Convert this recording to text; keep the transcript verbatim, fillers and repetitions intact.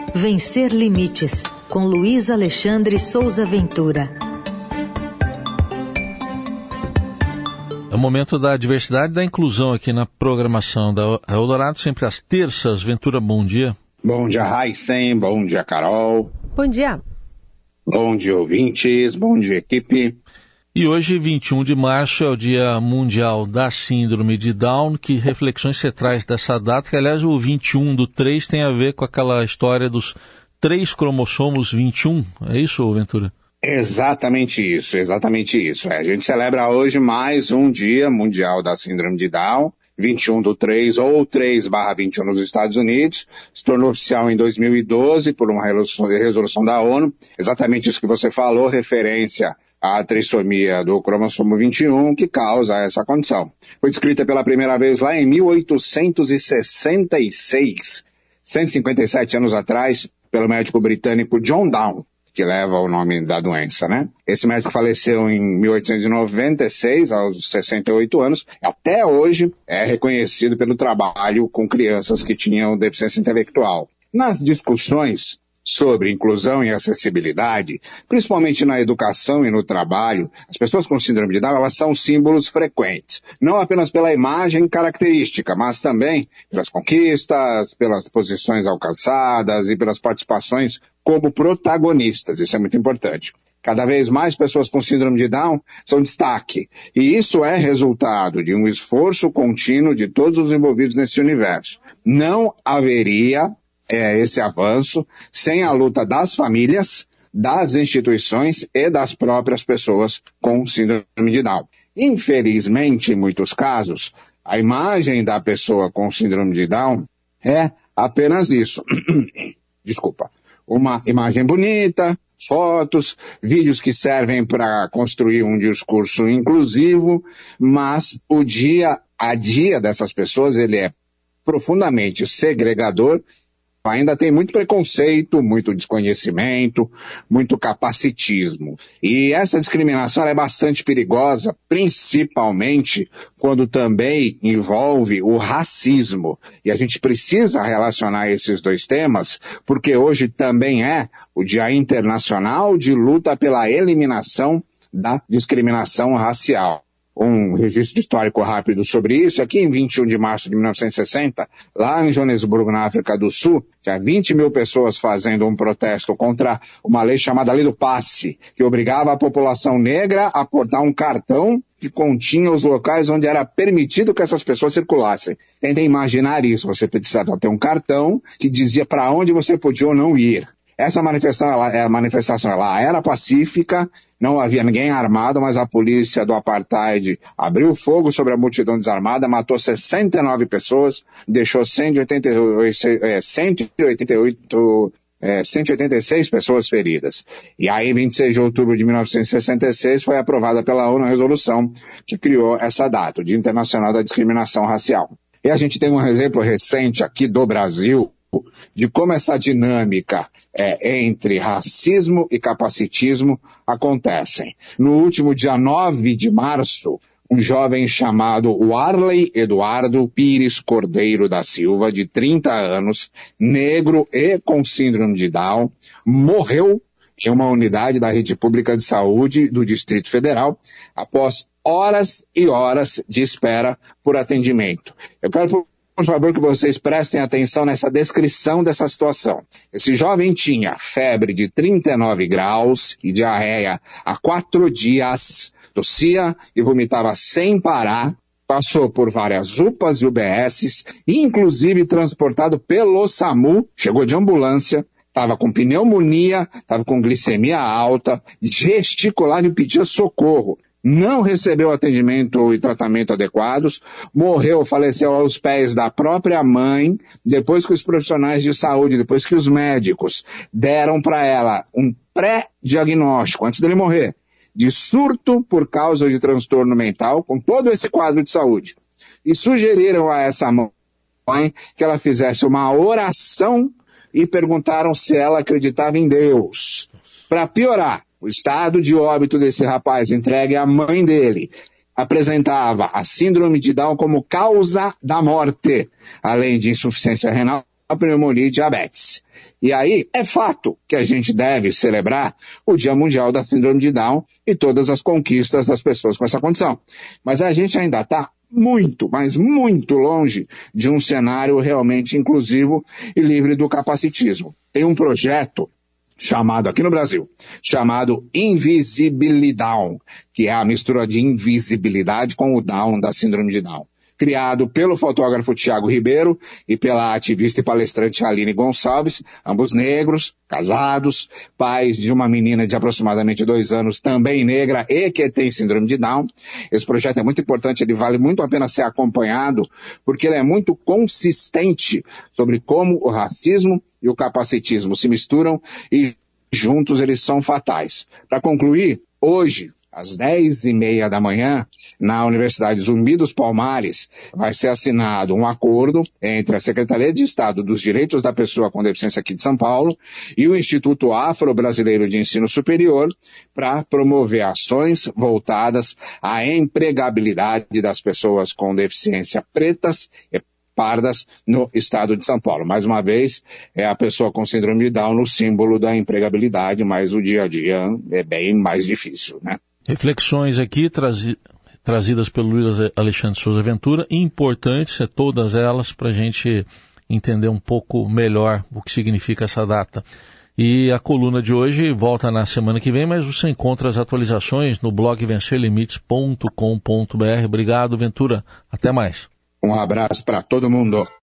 Vencer Limites, com Luiz Alexandre Souza Ventura. É o momento da diversidade e da inclusão aqui na programação da Eldorado, sempre às terças. Ventura, bom dia. Bom dia, Raíssen. Bom dia, Carol. Bom dia. Bom dia, ouvintes. Bom dia, equipe. E hoje, vinte e um de março, é o Dia Mundial da Síndrome de Down. Que reflexões você traz dessa data? Que, aliás, o vinte e um do três tem a ver com aquela história dos três cromossomos vinte e um. É isso, Ventura? Exatamente isso, exatamente isso. É, a gente celebra hoje mais um Dia Mundial da Síndrome de Down, vinte e um do três ou três barra vinte e um nos Estados Unidos, se tornou oficial em dois mil e doze por uma resolução da ONU, exatamente isso que você falou, referência à trissomia do cromossomo vinte e um, que causa essa condição. Foi descrita pela primeira vez lá em mil oitocentos e sessenta e seis, cento e cinquenta e sete anos atrás, pelo médico britânico John Down, que leva o nome da doença, né? Esse médico faleceu em mil oitocentos e noventa e seis, aos sessenta e oito anos. Até hoje é reconhecido pelo trabalho com crianças que tinham deficiência intelectual. Nas discussões sobre inclusão e acessibilidade, principalmente na educação e no trabalho, as pessoas com síndrome de Down, elas são símbolos frequentes, não apenas pela imagem característica, mas também pelas conquistas, pelas posições alcançadas e pelas participações como protagonistas. Isso é muito importante. Cada vez mais pessoas com síndrome de Down são destaque, e isso é resultado de um esforço contínuo de todos os envolvidos nesse universo. Não haveria É, esse avanço sem a luta das famílias, das instituições e das próprias pessoas com síndrome de Down. Infelizmente, em muitos casos, a imagem da pessoa com síndrome de Down é apenas isso. Desculpa. Uma imagem bonita, fotos, vídeos que servem para construir um discurso inclusivo, mas o dia a dia dessas pessoas, ele é profundamente segregador. Ainda tem muito preconceito, muito desconhecimento, muito capacitismo. E essa discriminação é bastante perigosa, principalmente quando também envolve o racismo. E a gente precisa relacionar esses dois temas, porque hoje também é o Dia Internacional de Luta pela Eliminação da Discriminação Racial. Um registro histórico rápido sobre isso, aqui em vinte e um de março de mil novecentos e sessenta, lá em Joanesburgo, na África do Sul, tinha vinte mil pessoas fazendo um protesto contra uma lei chamada Lei do Passe, que obrigava a população negra a portar um cartão que continha os locais onde era permitido que essas pessoas circulassem. Tentem imaginar isso, você precisava ter um cartão que dizia para onde você podia ou não ir. Essa manifestação, ela, a manifestação ela era pacífica, não havia ninguém armado, mas a polícia do apartheid abriu fogo sobre a multidão desarmada, matou sessenta e nove pessoas, deixou cento e oitenta e oito, é, cento e oitenta e oito, é, cento e oitenta e seis pessoas feridas. E aí, em vinte e seis de outubro de mil novecentos e sessenta e seis, foi aprovada pela ONU a resolução que criou essa data, o Dia Internacional da Discriminação Racial. E a gente tem um exemplo recente aqui do Brasil, de como essa dinâmica é, entre racismo e capacitismo acontecem. No último dia nove de março, um jovem chamado Warley Eduardo Pires Cordeiro da Silva, de trinta anos, negro e com síndrome de Down, morreu em uma unidade da rede pública de saúde do Distrito Federal após horas e horas de espera por atendimento. Eu quero por favor que vocês prestem atenção nessa descrição dessa situação. Esse jovem tinha febre de trinta e nove graus e diarreia há quatro dias, tossia e vomitava sem parar, passou por várias U P As e U B Ss, inclusive transportado pelo SAMU, chegou de ambulância, estava com pneumonia, estava com glicemia alta, gesticulava e pedia socorro. Não recebeu atendimento e tratamento adequados, morreu, faleceu aos pés da própria mãe, depois que os profissionais de saúde, depois que os médicos deram para ela um pré-diagnóstico, antes dele morrer, de surto por causa de transtorno mental, com todo esse quadro de saúde. E sugeriram a essa mãe que ela fizesse uma oração e perguntaram se ela acreditava em Deus. Para piorar, o estado de óbito desse rapaz entregue à mãe dele apresentava a síndrome de Down como causa da morte, além de insuficiência renal, pneumonia e diabetes. E aí é fato que a gente deve celebrar o Dia Mundial da Síndrome de Down e todas as conquistas das pessoas com essa condição. Mas a gente ainda está muito, mas muito longe de um cenário realmente inclusivo e livre do capacitismo. Tem um projeto chamado, aqui no Brasil, chamado Invisibilidown, que é a mistura de invisibilidade com o Down da Síndrome de Down. Criado pelo fotógrafo Tiago Ribeiro e pela ativista e palestrante Aline Gonçalves, ambos negros, casados, pais de uma menina de aproximadamente dois anos, também negra e que tem síndrome de Down. Esse projeto é muito importante, ele vale muito a pena ser acompanhado, porque ele é muito consistente sobre como o racismo e o capacitismo se misturam e juntos eles são fatais. Para concluir, hoje, às dez e meia da manhã, na Universidade Zumbi dos Palmares, vai ser assinado um acordo entre a Secretaria de Estado dos Direitos da Pessoa com Deficiência aqui de São Paulo e o Instituto Afro-Brasileiro de Ensino Superior para promover ações voltadas à empregabilidade das pessoas com deficiência pretas e pardas no estado de São Paulo. Mais uma vez, é a pessoa com síndrome de Down no símbolo da empregabilidade, mas o dia a dia é bem mais difícil, né? Reflexões aqui trazi, trazidas pelo Luiz Alexandre Souza Ventura, importantes, é todas elas, para a gente entender um pouco melhor o que significa essa data. E a coluna de hoje volta na semana que vem, mas você encontra as atualizações no blog vencer limites ponto com ponto b r. Obrigado, Ventura. Até mais. Um abraço para todo mundo.